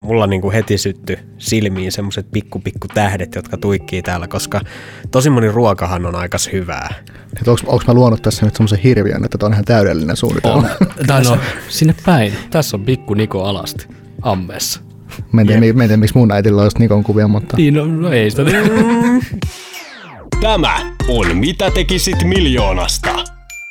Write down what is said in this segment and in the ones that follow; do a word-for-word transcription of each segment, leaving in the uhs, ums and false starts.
mulla niinku heti sytty silmiin semmoset pikku pikku tähdet, jotka tuikkii täällä, koska tosi moni ruokahan on aikas hyvää. Onko mä luonut tässä nyt semmoisen hirviön, että tämä on ihan täydellinen suunnitelma? Tai no, sinne päin. Tässä on pikku Niko alasti ammeessa. Mä en tiedä, yep. tiedä miksi mun äitillä olisi Nikon kuvia, mutta... Niin, no, no ei sitä. Tämä on Mitä tekisit miljoonasta?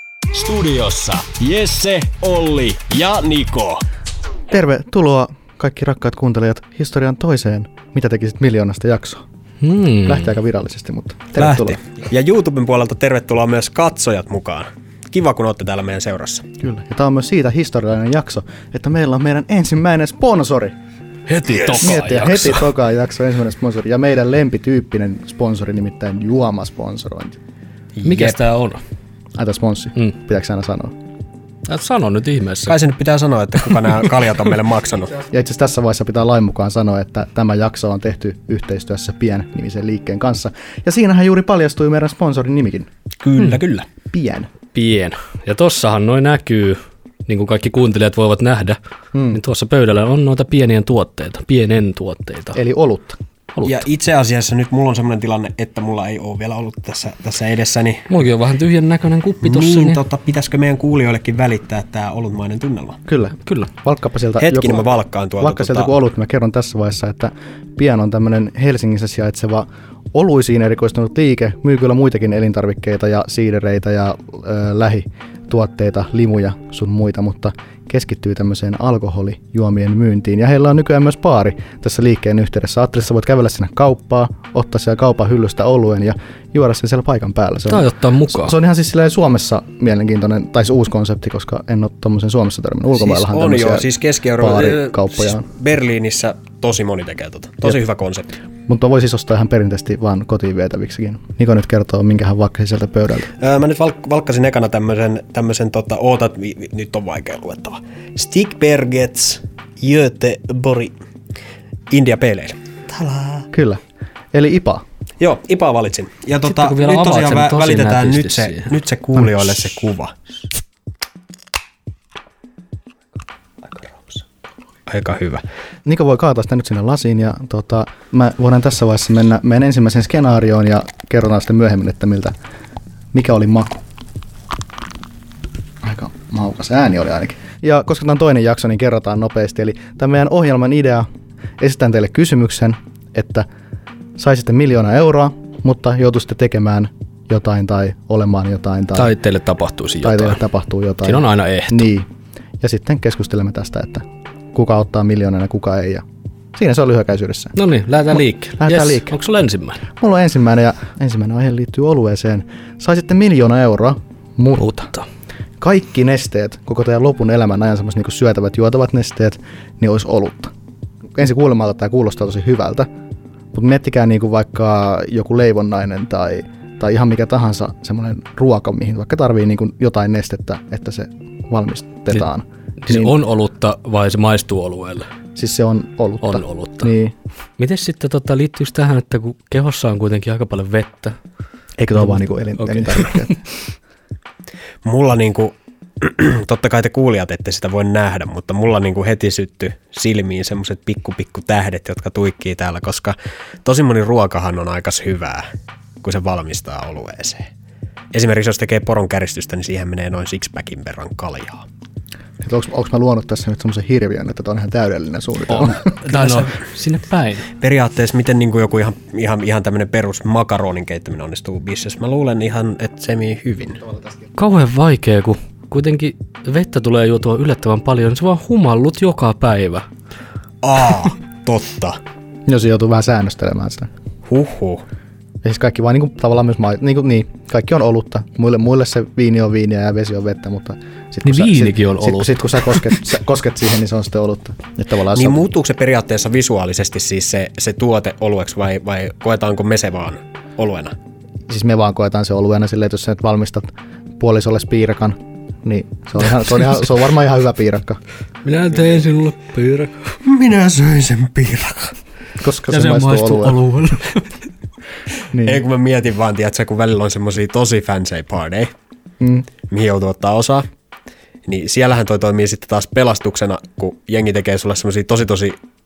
Studiossa Jesse, Olli ja Niko. Tervetuloa kaikki rakkaat kuuntelijat historian toiseen Mitä tekisit miljoonasta jaksoon. Hmm. Lähti aika virallisesti, mutta tervetuloa. Lähti. Ja YouTuben puolelta tervetuloa myös katsojat mukaan. Kiva, kun olette täällä meidän seurassa. Kyllä. Ja tämä on myös siitä historiallinen jakso, että meillä on meidän ensimmäinen sponsori. Heti yes. toka Miettiä, jakso. Heti toka jakso, ensimmäinen sponsori. Ja meidän lempityyppinen sponsori, nimittäin juomasponsorointi. Mikäs tää on? Aita sponssi. Mm. Pitääkö aina sanoa? Et sano nyt ihmeessä. Kai se nyt pitää sanoa, että kuka nämä kaljat on meille maksanut. Ja itse asiassa tässä vaiheessa pitää lain mukaan sanoa, että tämä jakso on tehty yhteistyössä Pien-nimisen liikkeen kanssa. Ja siinähän juuri paljastui meidän sponsorin nimikin. Kyllä, hmm. kyllä. Pien. Pien. Ja tossahan noin näkyy, niin kuin kaikki kuuntelijat voivat nähdä, hmm. niin tuossa pöydällä on noita pienien tuotteita, pienen tuotteita. Eli olutta. Olutta. Ja itse asiassa nyt mulla on semmoinen tilanne, että mulla ei ole vielä ollut tässä, tässä edessäni. Mullakin on vähän tyhjän näköinen kuppi tossa. Niin, niin... Tota, pitäisikö meidän kuulijoillekin välittää tää olutmainen tunnelma? Kyllä. Kyllä. Valkkaapa sieltä Hetkinen, joku, mä valkkaan tuolta. Valkka sieltä tota... joku olut. Mä kerron tässä vaiheessa, että Pien on tämmöinen Helsingissä sijaitseva oluisiin erikoistunut liike. Myy kyllä muitakin elintarvikkeita ja siidereitä ja ö, lähituotteita, limuja sun muita, mutta keskittyy tämmöiseen alkoholijuomien myyntiin. Ja heillä on nykyään myös baari tässä liikkeen yhteydessä. Ajattelin, että sä voit kävellä sinne kauppaa, ottaa siellä kaupan hyllystä oluen ja juoda sen siellä paikan päällä. Se on, tai ottaa mukaan. Se on ihan siis Suomessa mielenkiintoinen, tai se uusi konsepti, koska en ole tommosen Suomessa törmännyt. Ulkomaillahan siis on tämmöisiä joo, siis Keski-Euroopassa, siis Berliinissä tosi moni tekee tota. Tosi Jep. hyvä konsepti. Mutta voi siis ostaa ihan perinteisesti vaan kotiin vietäviksikin. Niko nyt kertoo, minkä hän vakkasi sieltä pöydältä. Öö, mä nyt valk- valkkasin ekana tämmöisen, tämmöisen tota, ootat, vi, vi, nyt on vaikea luettava. Stigbergets Göteborg India Pale Ale. Talaa. Kyllä. Eli I P A. Joo, I P A valitsin. Ja tota, Sitten, nyt tosiaan vä- välitetään nyt se, siihen. nyt se kuulijoille se kuva. Aika hyvä. Niko voi kaataa sitä nyt sinne lasiin ja tota, mä voidaan tässä vaiheessa mennä meidän ensimmäiseen skenaarioon ja kerrotaan sitten myöhemmin, että miltä, mikä oli maku. Aika maukas ääni oli ainakin. Ja koska tämä on toinen jakso, niin kerrotaan nopeasti. Eli tämän meidän ohjelman idea, esitän teille kysymyksen, että saisitte miljoona euroa, mutta joutuisitte tekemään jotain tai olemaan jotain. Tai, tai teille tapahtuisi tai jotain. Tai teille tapahtuu jotain. Siinä on aina ehto. Niin. Ja sitten keskustelemme tästä, että kuka ottaa miljoonan ja kuka ei. Ja siinä se on lyhykäisyydessä. No niin, lähdetään liikkeelle. Lähdetään yes. liikkeelle. Onko sulla ensimmäinen? Mulla on ensimmäinen ja ensimmäinen aihe liittyy olueeseen. Saisitte miljoona euroa, mutta, mutta kaikki nesteet, koko teidän lopun elämän ajan semmoiset niin syötävät, juotavat nesteet, niin olisi olutta. Ensi kuulemalta tämä kuulostaa tosi hyvältä, mutta miettikää niin kuin vaikka joku leivonnainen tai, tai ihan mikä tahansa semmoinen ruoka, mihin vaikka tarvii niin kuin jotain nestettä, että se valmistetaan. Niin. Niin se on olutta vai se maistuu olueelle? Siis se on olutta. On olutta. Niin. Miten sitten tota, liittyykö tähän, että kun kehossa on kuitenkin aika paljon vettä? Eikö tuo vaan niinku elin, okay. elintarvikkeet? Mulla niinku, totta kai te kuulijat ette sitä voi nähdä, mutta mulla niinku heti sytty silmiin semmoset pikku pikku tähdet, jotka tuikkii täällä, koska tosi moni ruokahan on aikas hyvää, kun se valmistaa olueeseen. Esimerkiksi jos tekee poron käristystä, niin siihen menee noin sixpackin verran kaljaa. Onko mä luonut tässä nyt semmoisen hirviön, että tämä on ihan täydellinen suunnitelma? Tai no, sinne päin. Periaatteessa miten niin kuin joku ihan, ihan, ihan tämmöinen perus makaronin keittäminen onnistuu business. Mä luulen ihan, että se meni hyvin. Kauhean vaikea, kun kuitenkin vettä tulee juotua yllättävän paljon. Se vaan humallut joka päivä. Aa, totta. Jos joutuu vähän säännöstelemään sitä. Huhhuh. Ja siis kaikki vaan niin kuin, tavallaan myös ma- niin, kuin, niin, kaikki on olutta. Muille, muille se viini on viiniä ja vesi on vettä, mutta sit, niin kun viinikin sä, on sit, olutta. Sit, sit kun sä kosket, sä kosket siihen, niin se on sitten olutta. Että niin sä... muuttuuko se periaatteessa visuaalisesti siis se, se tuote olueksi vai, vai koetaanko me se vaan oluena? Siis me vaan koetaan se oluena silleen, että jos sä nyt valmistat puolisolle piirakan, niin se on, ihan, se on, ihan, se on varmaan ihan hyvä piirakka. Minä tein sinulle piirakan. Minä söin sen piirakan. Koska ja se, se maistuu oluelle. Niin. Ei kun mä mietin vaan, tiiätkö, kun välillä on semmosia tosi fancy party, mm. mihin joutuu ottaa osaa, niin siellähän toi toimii sitten taas pelastuksena, kun jengi tekee sulle semmosia tosi tosi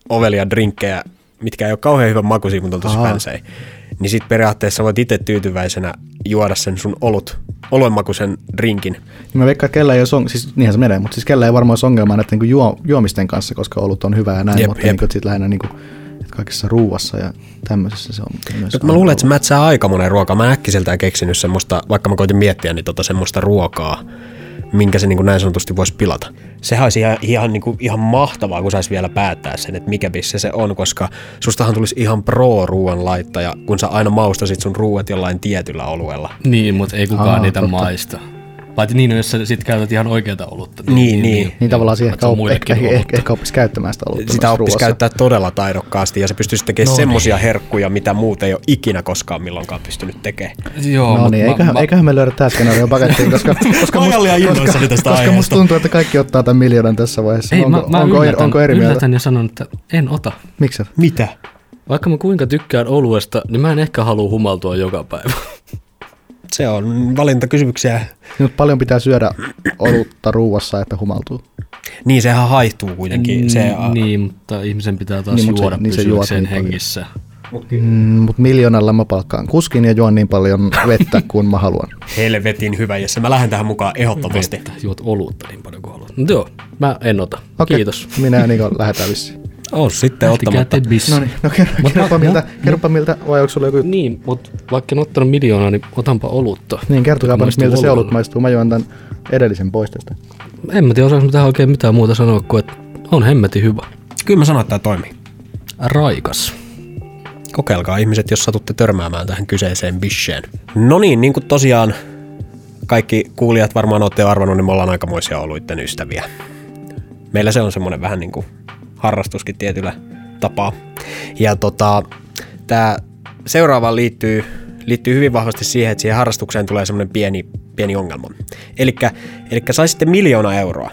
ovelia drinkkejä, mitkä ei ole kauhean hyvän makuisia, mutta on tosi fansei. Niin sit periaatteessa voit itse tyytyväisenä juoda sen sun olut, oluenmakuisen drinkin. Niin mä veikkaan, että kellä ei ole, siis niinhän se menee, mutta siis kellä ei varmaan ole ongelmaa näiden niin juo, juomisten kanssa, koska olut on hyvä ja näin, jep, mutta jep. Niin sitten lähinnä niin kuin, kaikessa ruuassa ja tämmöisessä se on. Myös mä luulen, että se mätsää aika monen ruokaa. Mä en äkkiseltään keksinyt semmoista, vaikka mä koitin miettiä, niin tota semmoista ruokaa, minkä se niin kuin näin sanotusti voisi pilata. Sehän olisi ihan, ihan, niin kuin, ihan mahtavaa, kun saisi vielä päättää sen, että mikä bisse se on, koska sustahan tulisi ihan pro-ruuan laittaja, kun sä aina maustasit sun ruuat jollain tietyllä oluella. Niin, mutta ei kukaan Aa, niitä totta. maista. Paitsi niin, jos sä sit käytät ihan oikeata olutta. Niin, niin. Niin, niin tavallaan siihen ehkä, ehkä, ehkä, ehkä oppisi käyttämään sitä olutta. Sitä oppisi käyttää todella taidokkaasti ja se pystyisi tekemään no semmoisia niin. herkkuja, mitä muut ei ole ikinä koskaan milloinkaan pystynyt tekemään. Joo, no niin, eiköhän, mä, eiköhän me löydä tämä skenaario pakettiin, koska, koska, musta, koska, koska musta tuntuu, että kaikki ottaa tämän miljoonan tässä vaiheessa. Ei, onko, mä, mä onko, yllätän, onko eri mieltä? Yllätän ja sanon, että en ota. Miksi? Mitä? Vaikka mä kuinka tykkään oluesta, niin mä en ehkä halua humaltua joka päivä. Se on valintakysymyksiä. Nyt paljon pitää syödä olutta ruuassa, että humaltuu. Niin, sehän haihtuu kuitenkin. Mm, se, niin, mutta ihmisen pitää taas niin, juoda se, niin pysyäkseen hengissä. Mm, mutta miljoonalla mä palkkaan kuskin ja juon niin paljon vettä kuin mä haluan. Helvetin hyvä, Jesse. Mä lähden tähän mukaan ehdottomasti. Vettä, juot olutta niin paljon kuin haluat. Mutta joo, mä en ota. Okay. Kiitos. Minä ja Niko lähdetään vissiin. On sitten ottamatta. No niin, no kerropa miltä, kerropa miltä, vai onko sulla joku... Niin, mutta vaikka en ottanut miljoonaa, niin otanpa olutta. Niin, kertokaapa nyt miltä se olut maistuu. Mä juon tämän edellisen pois tästä. En mä tiedä, osaanko tähän oikein mitään muuta sanoa kuin, että on hemmetin hyvä. Kyllä mä sanon, että tämä toimii. Raikas. Kokeilkaa ihmiset, jos satutte törmäämään tähän kyseiseen bisheen. No niin, niin kuin tosiaan kaikki kuulijat varmaan olette jo arvannut, niin me ollaan aikamoisia oluitten ystäviä. Meillä se on semmoinen vähän niin kuin harrastuskin tietyllä tapaa. Ja tota, tämä seuraava liittyy, liittyy hyvin vahvasti siihen, että siihen harrastukseen tulee semmoinen pieni, pieni ongelma. Elikkä, elikkä saisitte miljoona euroa,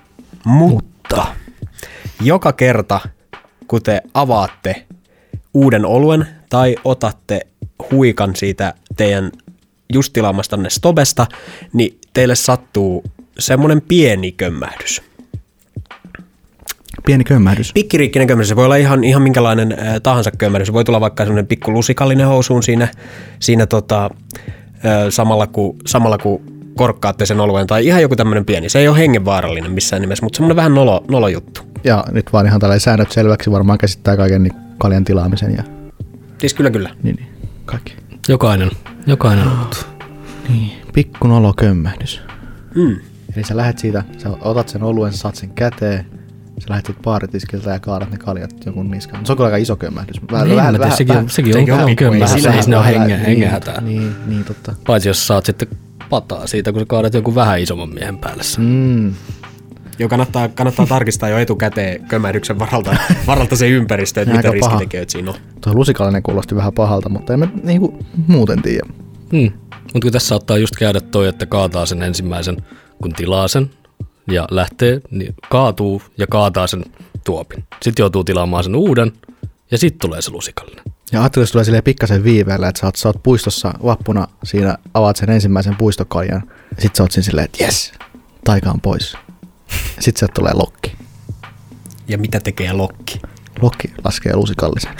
mutta joka kerta, kun te avaatte uuden oluen tai otatte huikan siitä teidän just tilaamastanne stobesta, niin teille sattuu semmoinen pieni kömmähdys. Pieni kömmähdys. Pikkiriikkinen kömmähdys. Se voi olla ihan, ihan minkälainen äh, tahansa kömmähdys. Se voi tulla vaikka semmoinen pikku lusikallinen housuun siinä, siinä tota, äh, samalla, kun, samalla kun korkkaatte sen oluen. Tai ihan joku tämmöinen pieni. Se ei ole hengenvaarallinen missään nimessä, mutta semmoinen vähän nolo, nolo juttu. Ja nyt vaan ihan tällainen säännöt selväksi varmaan käsittää kaiken niin kaljan tilaamisen. Ja... Siis kyllä kyllä. Niin, niin. Kaikki. Jokainen. Jokainen ollut. Niin, pikku nolo kömmähdys. Mm. Eli sä lähet siitä, sä otat sen oluen, sä saat sen käteen. Sä lähdet siitä baaritiskiltä ja kaadat ne kaljat jonkun niskaan. Se on kyllä aika iso kömmähdys. Vähän, vähän, vähän, sekin, vähän, sekin on, on, on kömmähdys. Siinä on hengen, hengähätää. Niin, niin, totta. Paitsi jos saat sitten pataa siitä, kun sä kaadat jonkun vähän isomman miehen päälle. Mm. Jo kannattaa, kannattaa tarkistaa jo etukäteen kömmähdyksen varalta, varalta se ympäristö, että mitä riskitekijöitä siinä on. Tuo lusikallinen kuulosti vähän pahalta, mutta en mä niinku muuten tiedä. Hmm. Mutta kun tässä saattaa just käydä toi, että kaataa sen ensimmäisen, kun tilaa sen ja lähtee, niin kaatuu ja kaataa sen tuopin. Sitten joutuu tilaamaan sen uuden ja sitten tulee se lusikallinen. Ja ajattelin, että tulee silleen pikkasen viiveellä, että sä oot, sä oot puistossa vappuna, siinä avaat sen ensimmäisen puistokaljan ja sit sä oot siinä silleen, että jes, taika on pois. Sitten sieltä tulee lokki. Ja mitä tekee lokki? Lokki laskee lusikallisen.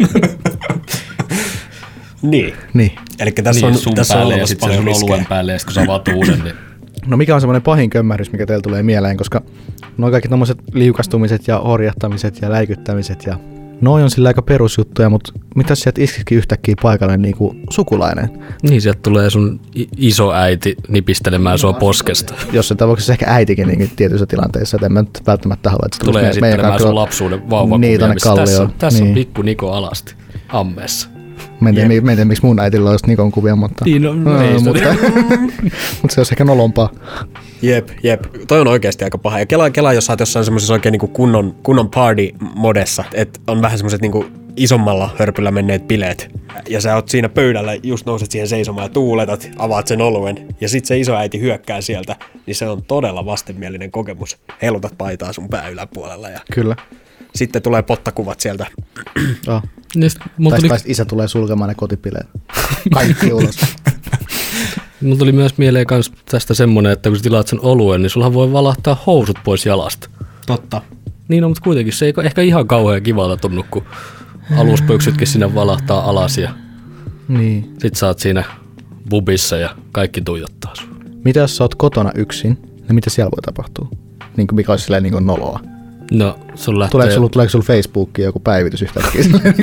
Niin. Niin. Elikkä tässä niin, on sun tässä päälle on ja sitten sun oluen päälle ja sitten kun sä avaat uuden, niin... No mikä on semmoinen pahin kömmähdys, mikä teillä tulee mieleen, koska nuo kaikki tommoset liukastumiset ja horjahtamiset ja läikyttämiset ja noi on sillä aika perusjuttuja, mutta mitä sieltä iskikin yhtäkkiä paikalle niin kuin sukulainen? Niin, sieltä tulee sun isoäiti nipistelemään sua poskesta. Jos se tapauksessa ehkä äitikin niin tietyissä tilanteissa, että en mä nyt välttämättä halua, että se tulee esittelemään sun lapsuuden vauvakuvia, niin, missä tässä, on, tässä niin. on pikku Niko alasti ammeessa. Mä en tiedä, yep. tiedä miksi mun äitillä olisi Nikon kuvia, mutta, niin, no, no, no, mutta, mutta se olisi ehkä nolompaa. Jep, jep. Toi on oikeasti aika paha. Ja kela, kela jos sä oot jossain semmoisessa oikein niinku kunnon, kunnon party-modessa, että on vähän semmoiset niinku isommalla hörpyllä menneet bileet, ja sä oot siinä pöydällä, just nouset siihen seisomaan ja tuuletat, avaat sen oluen, ja sit se isoäiti hyökkää sieltä, niin se on todella vastenmielinen kokemus. Heilutat paitaa sun pää yläpuolella. Ja kyllä. Sitten tulee pottakuvat sieltä. Oh. Niin, tai tuli... isä tulee sulkemaan ne kotipileet. Kaikki ulos. Mulla tuli myös mieleen kans tästä semmonen, että kun sä tilaat sen oluen, niin sulla voi valahtaa housut pois jalasta. Totta. Niin on, mutta kuitenkin se ei ehkä ihan kauhean kivalta tunnu, kun aluspöksytkin sinne valahtaa alas ja niin. sit sä oot siinä bubissa ja kaikki tuijottaa sun. Mitä jos sä oot kotona yksin, niin mitä siellä voi tapahtua? Niin kuin mikä olisi silleen niin kuin noloa? No, sun lähtee... Tuleeko sulla, tuleeko sulla Facebookiin joku päivitys yhtäkkiä?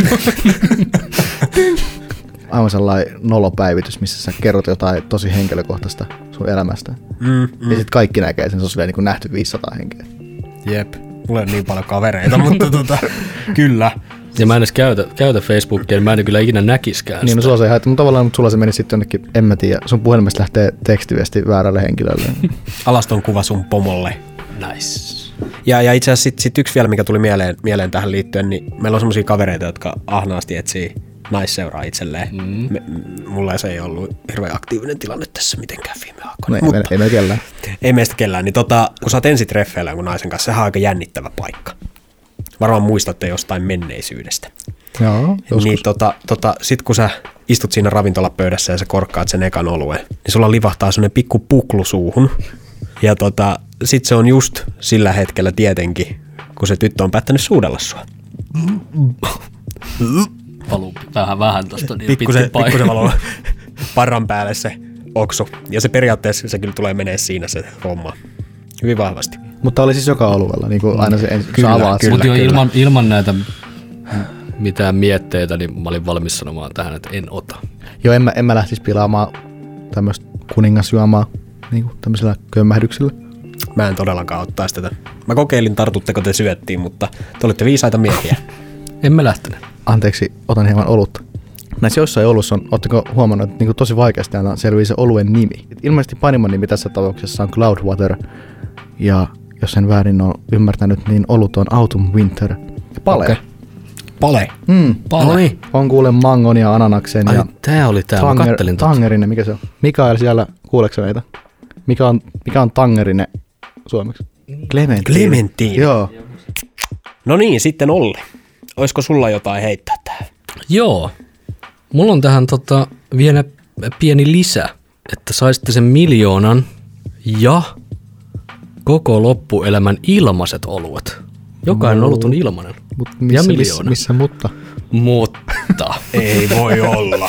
Aivan sellainen nolopäivitys, missä sä kerrot jotain tosi henkilökohtaista sun elämästä. Mm, mm. Ja sitten kaikki näkee sen, se on silleen niin kuin nähty viisisataa henkeä. Jep, mulla on niin paljon kavereita, mutta tota, kyllä. Ja mä en edes käytä, käytä Facebookia, niin mä en kyllä ikinä näkiskään Niin, no sitä. sulla se ei haittaa, mutta tavallaan mutta sulla se meni sitten jonnekin, en mä tiedä, sun puhelimesta lähtee tekstiviesti väärälle henkilölle. Alaston kuva sun pomolle. Nice. Ja, ja itse asiassa sit, sit yksi vielä, mikä tuli mieleen, mieleen tähän liittyen, niin meillä on semmosia kavereita, jotka ahnaasti etsii naisseuraa itselleen. Mm. Me, mulla se ei ollut hirveän aktiivinen tilanne tässä mitenkään viime aikoina. No, ei, ei me kellään. Ei meistä kellään. Niin tota, kun sä oot ensitreffeillä jonkun naisen kanssa, sehän on aika jännittävä paikka. Varmaan muistatte jostain menneisyydestä. Joo, joskus. Niin tota, tota, sit kun sä istut siinä ravintolapöydässä ja sä korkkaat sen ekan oluen, niin sulla livahtaa semmonen pikku puklu suuhun. Ja tota, sit se on just sillä hetkellä tietenkin, kun se tyttö on päättänyt suudella sua. Valuu vähän vähän tosta niin Pikkusen, pitkin pikkusen paikkaa. valuu parran päälle se oksu. Ja se periaatteessa se kyllä tulee menee siinä se homma. Hyvin vahvasti. Mutta oli siis joka oluella, niin kuin aina se ensin, kun Kyllä, sä avaat. kyllä. Mutta jo ilman, ilman näitä mitään mietteitä, niin mä olin valmis sanomaan tähän, että en ota. Joo, en mä, en mä lähtisi pilaamaan tämmöistä kuningasjuomaa niin kuin tämmöisellä kömmähdyksellä. Mä en todellakaan ottaisi tätä. Mä kokeilin, tartutteko te syöttiin, mutta te olitte viisaita miehiä. En mä lähtenyt. Anteeksi, otan hieman olutta. Näissä jossain olussa on, ootteko huomannut, että niin tosi vaikeasti aina selvii se oluen nimi. Ilmeisesti panimon nimi tässä tapauksessa on Cloudwater, ja jos en väärin ole ymmärtänyt, niin olut on Autumn Winter ja Pale. Okei. Pale. Mm, Pale. No niin. on kuule mangon ja ananaksen Ai, ja tää oli tää. Mä tanger, kattelin tota. tangerinen, mikä se on? Mikael siellä, kuuleeko meitä? Mikä on, mikä on tangerine suomeksi? Clementine. Clementine. Joo. No niin, sitten Olli. Olisiko sulla jotain heittää tähän? Joo. Mulla on tähän tota, vielä pieni lisä, että saisitte sen miljoonan ja koko loppuelämän ilmaiset oluet. Jokainen No. olut on ilmainen. Mut Ja missä, missä, miljoona. missä mutta? Mutta Ei voi olla.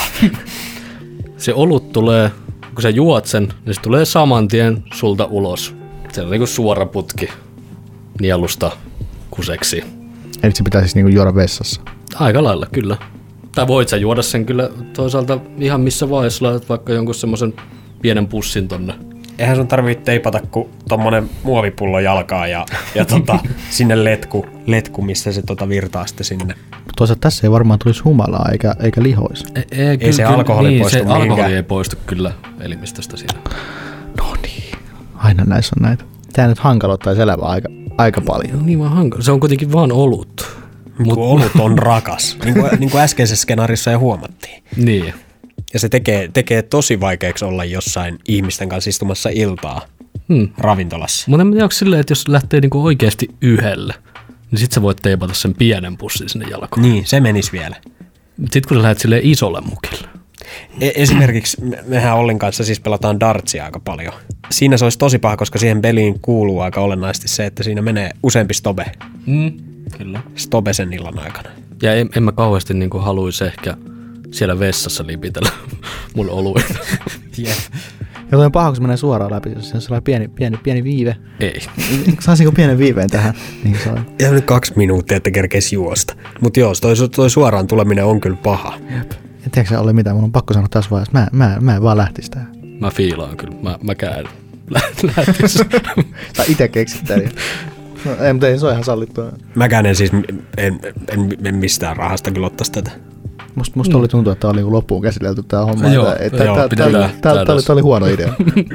se olut tulee, kun sä juot sen, niin se tulee saman tien sulta ulos. Se on niinku suora putki nielusta kuseksi. Eli se pitää siis niinku juoda vessassa. Aika lailla, kyllä. Tai voit sä juoda sen kyllä toisaalta ihan missä vaiheessa laitat vaikka jonkun semmoisen pienen pussin tonne. Eihän sun tarvitse teipata kuin tommonen muovipullo jalkaan ja, ja tota, sinne letku, letku, missä se tota virtaa sitten sinne. Toisaalta tässä ei varmaan tulisi humalaa eikä, eikä lihoisi. Ei, ei, Ei se alkoholi niin, poistu se mihinkään. alkoholi ei poistu kyllä elimistöstä siinä. No niin. Aina näissä on näitä. Tää nyt hankaloittaisi elämää aika, aika paljon. No niin vaan hankala. Se on kuitenkin vaan olut. Mut olut on rakas, niin kuin, niin kuin äskeisessä skenaarissa jo huomattiin. Niin. Ja se tekee, tekee tosi vaikeaksi olla jossain ihmisten kanssa istumassa iltaa Hmm. ravintolassa. Mutta en tiedä, onko silleen, että jos lähtee niinku oikeasti yhdelle, niin sit sä voit teipata sen pienen pussin sinne jalkoon. Niin, se menisi vielä. Sitten kun sä lähdet silleen isolle mukille. E- esimerkiksi me- mehän Ollin kanssa siis pelataan dartsia aika paljon. Siinä se olisi tosi paha, koska siihen peliin kuuluu aika olennaisesti se, että siinä menee useampi stobe. Mm. Kyllä. Stobe sen illan aikana. Ja en, en mä kauheasti niinku haluaisi ehkä siellä vessassa lipitellä mun oluen. Jep. Ja toi on paha, kun se menee suoraan läpi. Se on sellainen pieni, pieni, pieni viive. Ei. Saisinko pienen viiveen tähän? Niin saa. Ja nyt kaksi minuuttia, että kerkeisi juosta. Mutta joo, toi, toi suoraan tuleminen on kyllä paha. Jep. Ja tiedätkö sä, Olli, mitä? Mun on pakko sanoa tässä vaiheessa. Mä, mä, mä en vaan lähtisi tähän. Mä fiilaan kyllä. Mä, mä käyn. Lähtis. Tai ite keksittäin. No ei, mutta ei se ole ihan sallittua. Mäkään en siis en, en, en mistään rahasta kyllä ottaisi tätä. Musta, musta mm. oli tuntua, että tää oli niinku loppuun käsitelty tää homma. Joo, että, että, joo, tää, pitää tää, tää- tää, tää tää, oli, tässä. tää oli huono idea.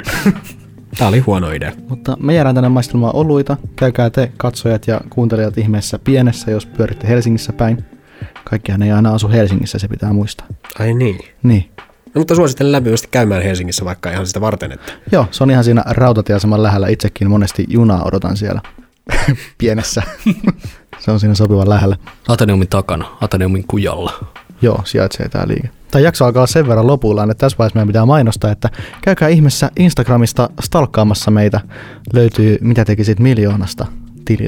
Tää oli huono idea. Mutta me jäädään tänne maistelemaan oluita. Käykää te katsojat ja kuuntelijat ihmeessä pienessä, jos pyöritte Helsingissä päin. Kaikkihan ei aina asu Helsingissä, se pitää muistaa. Ai niin. Niin. No, mutta suosittelen lämpimästi käymään Helsingissä vaikka ihan sitä varten, että Joo, se on ihan siinä rautatieaseman lähellä. Itsekin monesti junaa odotan siellä pienessä. Se on siinä sopivan lähellä. Ateneumin takana. Ateneumin kujalla. Joo, sijaitsee tää liike. Tämä jakso alkaa sen verran lopullaan, että tässä vaiheessa meidän pitää mainostaa, että käykää ihmeessä Instagramista stalkkaamassa meitä. Löytyy Mitä tekisit miljoonasta tililtä.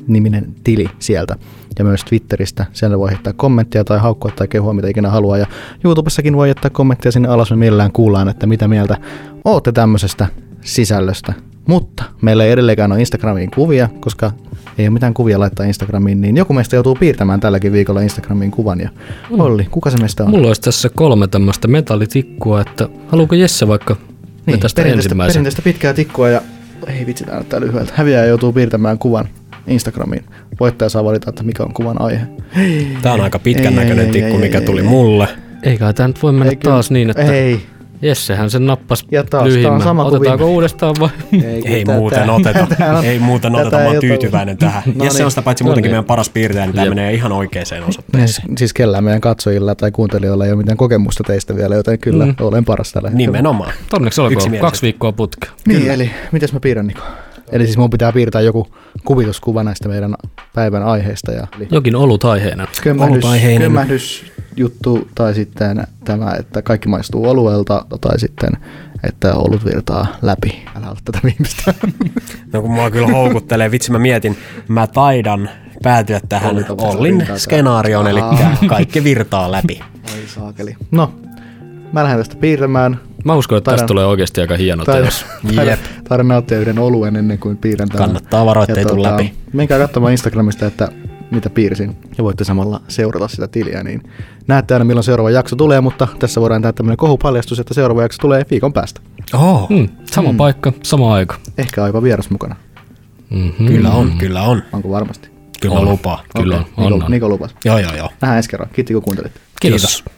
niminen tili sieltä. Ja myös Twitteristä. Siellä voi heittää kommenttia tai haukkua tai kehua, mitä ikinä haluaa. Ja YouTubessakin voi jättää kommenttia sinne alas. Me mielellään kuullaan, että mitä mieltä ootte tämmöisestä sisällöstä. Mutta meillä ei edelleenkään ole Instagramiin kuvia, koska ei ole mitään kuvia laittaa Instagramiin, niin joku meistä joutuu piirtämään tälläkin viikolla Instagramiin kuvan. Ja mm. Olli, kuka se meistä on? Mulla olisi tässä kolme tämmöistä metallitikkua, että haluuko Jesse vaikka niin, vetästä ensimmäisen? Perinteistä pitkää tikkua ja ei vitsi, tää näyttää lyhyeltä. Häviäjä joutuu piirtämään kuvan Instagramiin. Voittaja saa valita, että mikä on kuvan aihe. Tää on aika pitkän ei, näköinen ei, tikku, ei, mikä ei, tuli ei, mulle. Eikä tää nyt voi mennä ei, taas niin, että ei. Jessehän sen nappasi lyhimmän. Otetaanko kuvi. uudestaan vai? Ei, ei muuten oteta. Ei muuten oteta, mä oon tyytyväinen tähän. No Jesse on sitä paitsi no muutenkin niin. meidän paras piirtäjä, niin tää menee ihan oikeaan osoitteeseen. Siis kellään meidän katsojilla tai kuuntelijoilla ei ole mitään kokemusta teistä vielä, joten kyllä mm. olen paras tällä hetkellä. Nimenomaan. Onneksi olkoon kaksi viikkoa putkea. Niin, kyllä. Eli mitäs mä piirrän, Niko? Eli siis mun pitää piirtää joku kuvituskuva näistä meidän päivän aiheista. Ja jokin olut aiheena. Kömmähdys, kömmähdysjuttu tai sitten tämä, että kaikki maistuu oluelta tai sitten, että olut virtaa läpi. Älä ole tätä viimeistä. No kun mua kyllä houkuttelee, vitsi mä mietin, mä taidan päätyä tähän Ollin skenaarioon, eli kaikki virtaa läpi. Oi saakeli. No, mä lähden tästä piirtämään. Mä uskon, että tästä tulee oikeasti aika hieno teos. Jep. Taidan nauttia yhden oluen ennen kuin piirrän tämän. Kannattaa varoa, ettei tule läpi. Menkää katsomaan Instagramista, että mitä piirsin. Ja voitte samalla seurata sitä tiliä, niin näette aina milloin seuraava jakso tulee, mutta tässä voidaan tehdä tämmöinen kohupaljastus, että seuraava jakso tulee viikon päästä. Oh. Mm, sama mm. paikka, sama aika. Ehkä aivan vieras mukana. Mm-hmm. Kyllä on, kyllä on. Onko varmasti? Kyllä on. Lupaa. Kyllä okay. on. Niko, Niko lupas. Joo, joo, joo. Nähdään ensi kerran. Kiitos kun kuuntelit. Kiitos. Kiitos.